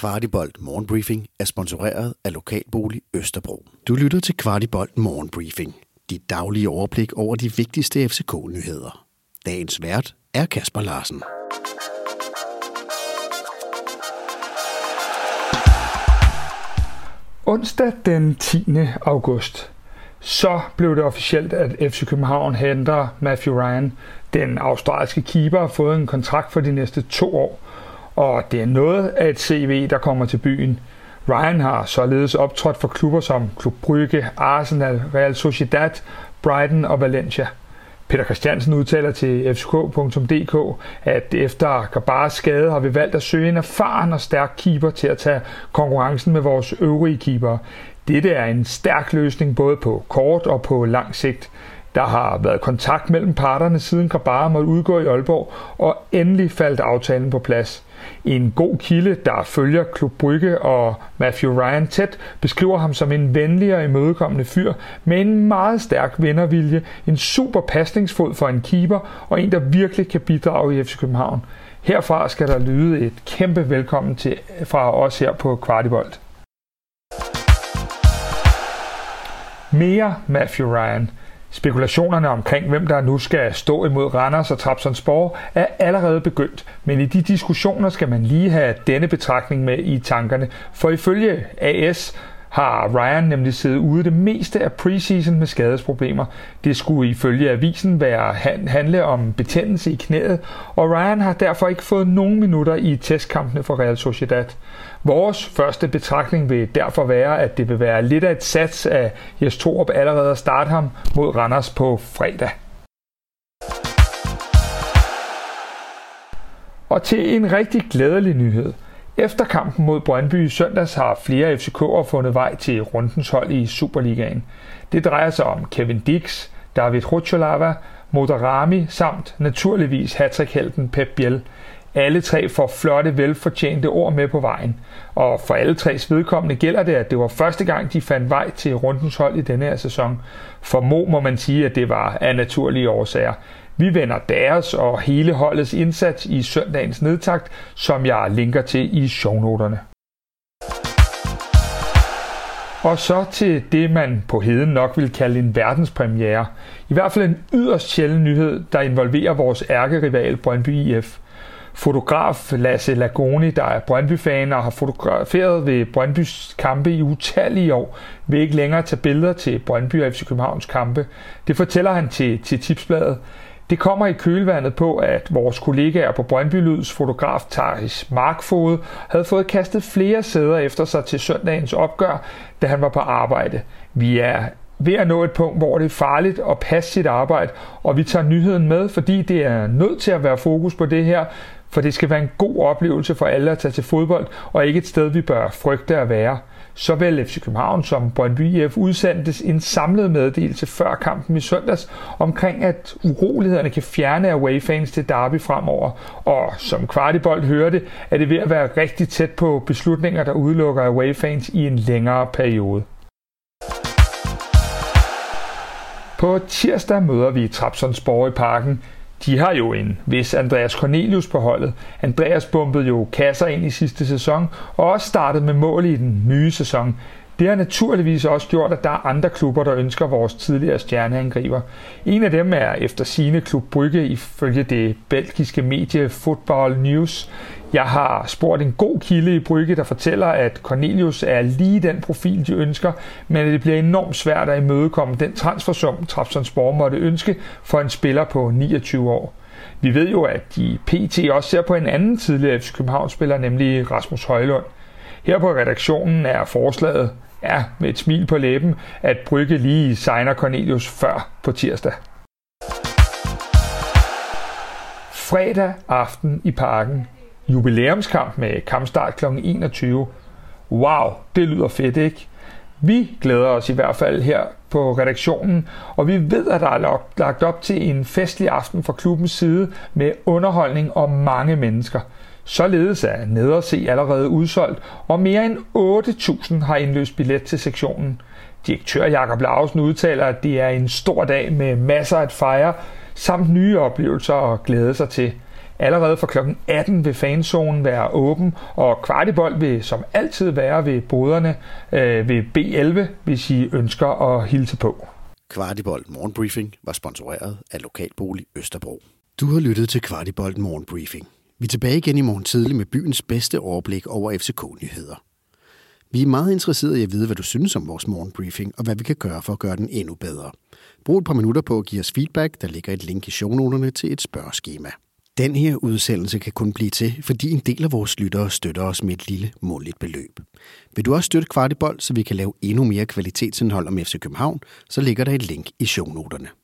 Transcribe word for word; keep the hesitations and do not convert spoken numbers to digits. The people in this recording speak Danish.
Kvartibolt Morgenbriefing er sponsoreret af Lokalbolig Østerbro. Du lytter til Kvartibolt Morgenbriefing. Dit daglige overblik over de vigtigste F C K-nyheder. Dagens vært er Kasper Larsen. Onsdag den tiende august. Så blev det officielt, at F C København henter Matthew Ryan. Den australske keeper har fået en kontrakt for de næste to år. Og det er noget af et C V, der kommer til byen. Ryan har således optrådt for klubber som Club Brugge, Arsenal, Real Sociedad, Brighton og Valencia. Peter Christiansen udtaler til F C K punktum d k, at efter Gabares skade har vi valgt at søge en erfaren og stærk keeper til at tage konkurrencen med vores øvrige keepere. Dette er en stærk løsning både på kort og på lang sigt. Der har været kontakt mellem parterne siden Gabares måtte udgå i Aalborg, og endelig faldt aftalen på plads. En god kilde, der følger Club Brugge og Matthew Ryan tæt, beskriver ham som en venlig og imødekommende fyr med en meget stærk vindervilje, en super pasningsfod for en keeper og en, der virkelig kan bidrage i F C København. Herfra skal der lyde et kæmpe velkommen til fra os her på Kvartibolt. Mere Matthew Ryan. Spekulationerne omkring, hvem der nu skal stå imod Randers og Trabzonspor, er allerede begyndt, men i de diskussioner skal man lige have denne betragtning med i tankerne, for ifølge A S har Ryan nemlig siddet ude det meste af preseason med skadesproblemer. Det skulle ifølge avisen være handle om betændelse i knæet, og Ryan har derfor ikke fået nogen minutter i testkampene for Real Sociedad. Vores første betragtning vil derfor være, at det vil være lidt af et sats af Jes Torup allerede at starte ham mod Randers på fredag. Og til en rigtig glædelig nyhed. Efter kampen mod Brøndby i søndags har flere F C K'ere fundet vej til rundens hold i Superligaen. Det drejer sig om Kevin Dix, David Rucholava, Modarami samt naturligvis hattrick-helten Pep Biel. Alle tre får flotte, velfortjente ord med på vejen. Og for alle tres vedkommende gælder det, at det var første gang, de fandt vej til rundens hold i denne her sæson. For Mo må man sige, at det var af naturlige årsager. Vi vender deres og hele holdets indsats i søndagens nedtakt, som jeg linker til i shownoterne. Og så til det, man på heden nok vil kalde en verdenspremiere. I hvert fald en yderst sjælden nyhed, der involverer vores ærkerival Brøndby I F. Fotograf Lasse Lagoni, der er Brøndby-fan og har fotograferet ved Brøndbys kampe i utallige år, vil ikke længere tage billeder til Brøndby og F C Københavns kampe. Det fortæller han til, til Tipsbladet. Det kommer i kølvandet på, at vores kollegaer på Brøndby Lyds fotograf Taris Markfod havde fået kastet flere sæder efter sig til søndagens opgør, da han var på arbejde. Vi er ved at nå et punkt, hvor det er farligt at passe sit arbejde, og vi tager nyheden med, fordi det er nødt til at være fokus på det her, for det skal være en god oplevelse for alle at tage til fodbold, og ikke et sted, vi bør frygte at være. Såvel F C København som Brøndby I F udsendtes en samlet meddelelse før kampen i søndags omkring, at urolighederne kan fjerne away-fans til derby fremover. Og som Kvartibolt hørte, er det ved at være rigtig tæt på beslutninger, der udelukker away-fans i en længere periode. På tirsdag møder vi Trabzonspor i Parken. De har jo en vis Andreas Cornelius på holdet. Andreas bombede jo kasser ind i sidste sæson, og også startede med mål i den nye sæson. Det har naturligvis også gjort, at der er andre klubber, der ønsker vores tidligere stjerneangriber. En af dem er efter sigende Club Brugge ifølge det belgiske medie Football News. Jeg har spurgt en god kilde i Brugge, der fortæller, at Cornelius er lige den profil, de ønsker, men at det bliver enormt svært at imødekomme den transfersum, Trabzonspor måtte ønske for en spiller på niogtyve år. Vi ved jo, at de P T også ser på en anden tidligere F C København-spiller, nemlig Rasmus Højlund. Her på redaktionen er forslaget, ja, med et smil på læben, at Brugge lige signer Cornelius før på tirsdag. Fredag aften i Parken. Jubilæumskamp med kampstart klokken enogtyve. Wow, det lyder fedt, ikke? Vi glæder os i hvert fald her på redaktionen, og vi ved, at der er lagt op til en festlig aften fra klubbens side med underholdning og mange mennesker. Således er nede at se allerede udsolgt, og mere end otte tusind har indløst billet til sektionen. Direktør Jakob Lausen udtaler, at det er en stor dag med masser at fejre, samt nye oplevelser at glæde sig til. Allerede fra klokken atten vil fanzonen være åben, og Kvartibold vil som altid være ved boderne øh, ved B elleve, hvis I ønsker at hilse på. Kvartibold Morgenbriefing var sponsoreret af Lokalbolig Østerbro. Du har lyttet til Kvartibold Morgenbriefing. Vi er tilbage igen i morgen tidlig med byens bedste overblik over F C K-nyheder. Vi er meget interesserede i at vide, hvad du synes om vores morgenbriefing, og hvad vi kan gøre for at gøre den endnu bedre. Brug et par minutter på at give os feedback. Der ligger et link i shownoterne til et spørgeskema. Den her udsendelse kan kun blive til, fordi en del af vores lyttere støtter os med et lille månedligt beløb. Vil du også støtte Kvartibold, så vi kan lave endnu mere kvalitetsindhold om F C København, så ligger der et link i shownoterne.